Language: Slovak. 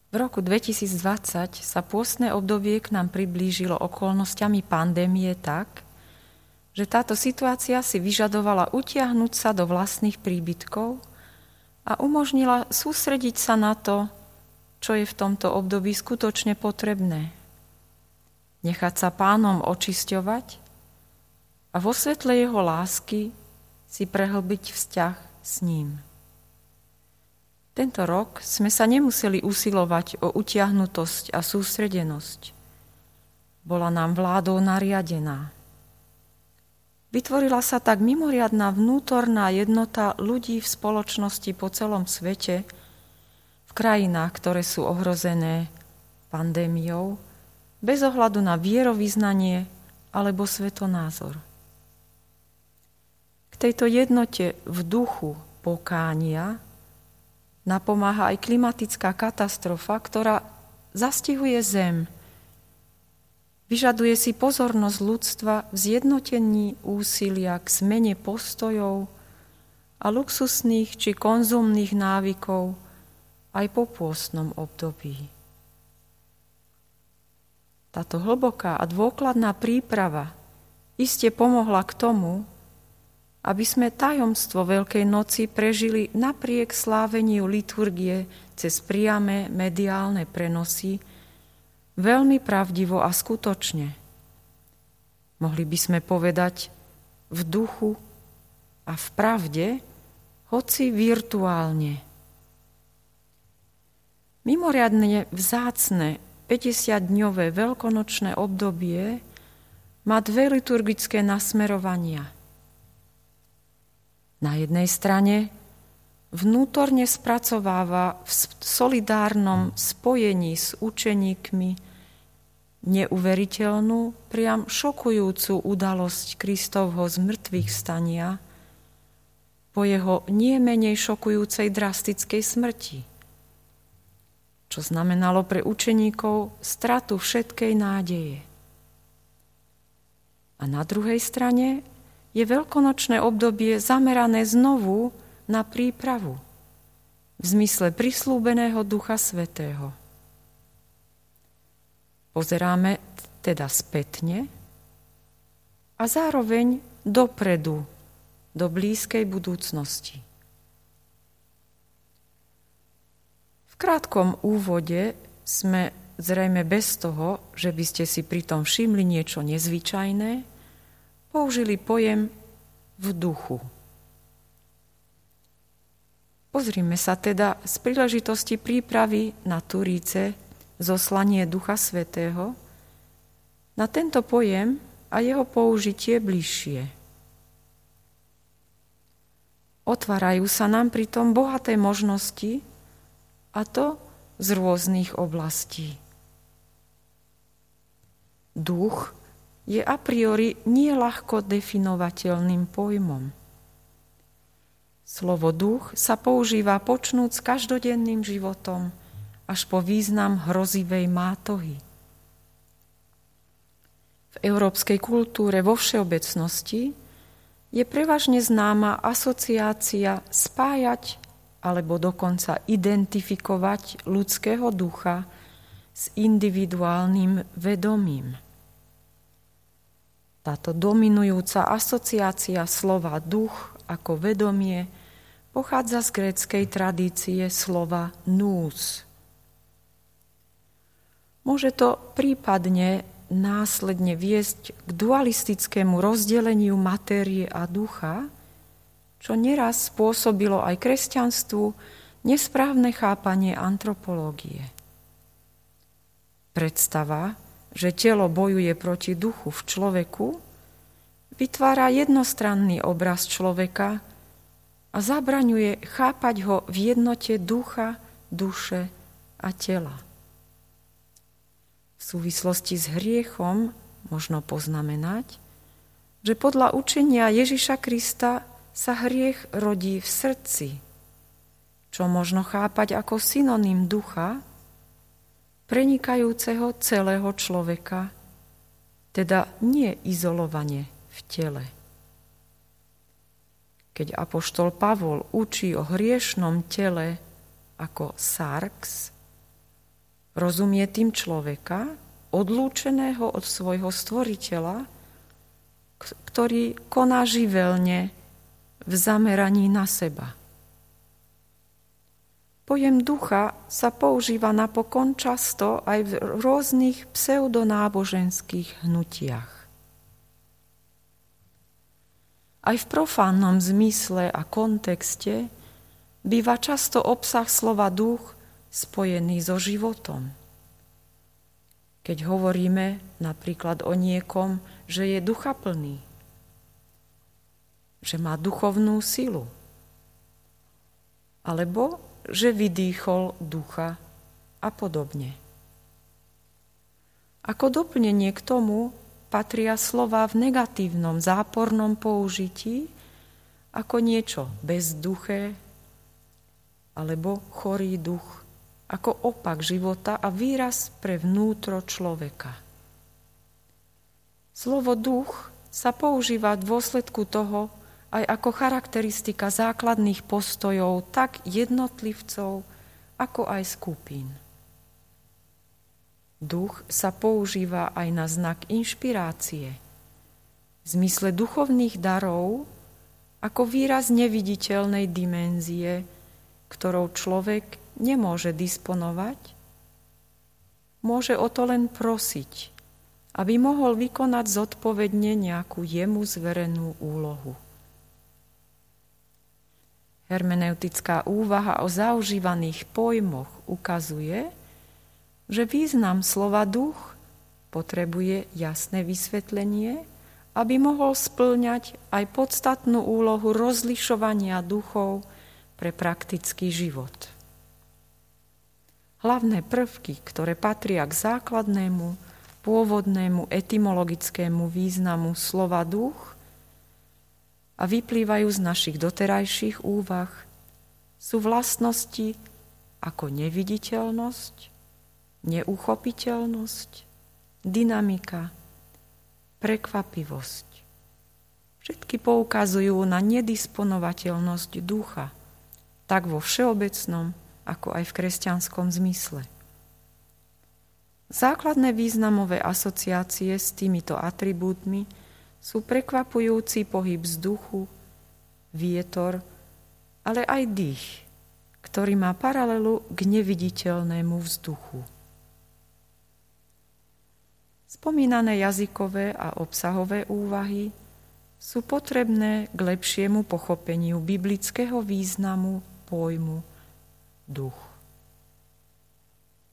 V roku 2020 sa pôstne obdobie k nám priblížilo okolnostiami pandémie tak, že táto situácia si vyžadovala utiahnuť sa do vlastných príbytkov a umožnila sústrediť sa na to, čo je v tomto období skutočne potrebné. Nechať sa Pánom očisťovať a vo svetle jeho lásky si prehlbiť vzťah s ním. Tento rok sme sa nemuseli usilovať o utiahnutosť a sústredenosť. Bola nám vládou nariadená. Vytvorila sa tak mimoriadna vnútorná jednota ľudí v spoločnosti po celom svete, v krajinách, ktoré sú ohrozené pandémiou, bez ohľadu na vierovyznanie alebo svetonázor. K tejto jednote v duchu pokánia napomáha aj klimatická katastrofa, ktorá zastihuje Zem. Vyžaduje si pozornosť ľudstva v zjednotení úsilia k zmene postojov a luxusných či konzumných návykov aj po pôstnom období. Táto hlboká a dôkladná príprava iste pomohla k tomu, aby sme tajomstvo Veľkej noci prežili napriek sláveniu liturgie cez priame mediálne prenosy veľmi pravdivo a skutočne. Mohli by sme povedať v duchu a v pravde, hoci virtuálne. Mimoriadne vzácne 50-dňové veľkonočné obdobie má dve liturgické nasmerovania. Na jednej strane vnútorne spracováva v solidárnom spojení s učeníkmi neuveriteľnú, priam šokujúcu udalosť Kristovho zmrtvých vstania po jeho nie menej šokujúcej drastickej smrti, čo znamenalo pre učeníkov stratu všetkej nádeje. A na druhej strane je veľkonočné obdobie zamerané znovu na prípravu v zmysle prislúbeného Ducha Svätého. Pozeráme teda spätne a zároveň dopredu, do blízkej budúcnosti. V krátkom úvode sme zrejme bez toho, že by ste si pri tom všimli niečo nezvyčajné, použili pojem v duchu. Pozrime sa teda z príležitosti prípravy na Turíce, zoslanie Ducha Svätého, na tento pojem a jeho použitie bližšie. Otvárajú sa nám pritom bohaté možnosti, a to z rôznych oblastí. Duch je a priori nie ľahko definovateľným pojmom. Slovo duch sa používa počnúc s každodenným životom až po význam hrozivej mátohy. V európskej kultúre vo všeobecnosti je prevažne známa asociácia spájať alebo dokonca identifikovať ľudského ducha s individuálnym vedomím. Táto dominujúca asociácia slova duch ako vedomie pochádza z gréckej tradície slova nous. Môže to prípadne následne viesť k dualistickému rozdeleniu matérie a ducha, čo neraz spôsobilo aj kresťanstvu nesprávne chápanie antropológie. Predstava, že telo bojuje proti duchu v človeku, vytvára jednostranný obraz človeka a zabraňuje chápať ho v jednote ducha, duše a tela. V súvislosti s hriechom možno poznamenať, že podľa učenia Ježiša Krista sa hriech rodí v srdci, čo možno chápať ako synonym ducha, prenikajúceho celého človeka, teda nie izolovane v tele. Keď apoštol Pavol učí o hriešnom tele ako sarx, Rozumie tým človeka, odlúčeného od svojho stvoriteľa, ktorý koná živelne v zameraní na seba. Pojem ducha sa používa napokon často aj v rôznych pseudonáboženských hnutiach. Aj v profánnom zmysle a kontexte býva často obsah slova duch spojený so životom. Keď hovoríme napríklad o niekom, že je duchaplný, že má duchovnú silu, alebo že vydýchol ducha a podobne. Ako doplnenie k tomu patria slova v negatívnom, zápornom použití ako niečo bezduché alebo chorý duch, ako opak života a výraz pre vnútro človeka. Slovo duch sa používa v dôsledku toho aj ako charakteristika základných postojov tak jednotlivcov, ako aj skupín. Duch sa používa aj na znak inšpirácie, v zmysle duchovných darov, ako výraz neviditeľnej dimenzie, ktorou človek nemôže disponovať, môže o to len prosiť, aby mohol vykonať zodpovedne nejakú jemu zverenú úlohu. Hermeneutická úvaha o zaužívaných pojmoch ukazuje, že význam slova duch potrebuje jasné vysvetlenie, aby mohol spĺňať aj podstatnú úlohu rozlišovania duchov pre praktický život. Hlavné prvky, ktoré patria k základnému, pôvodnému etymologickému významu slova duch a vyplývajú z našich doterajších úvah, sú vlastnosti ako neviditeľnosť, neuchopiteľnosť, dynamika, prekvapivosť. Všetky poukazujú na nedisponovateľnosť ducha, tak vo všeobecnom, ako aj v kresťanskom zmysle. Základné významové asociácie s týmito atribútmi sú prekvapujúci pohyb vzduchu, vietor, ale aj dých, ktorý má paralelu k neviditeľnému vzduchu. Spomínané jazykové a obsahové úvahy sú potrebné k lepšiemu pochopeniu biblického významu pojmu duch.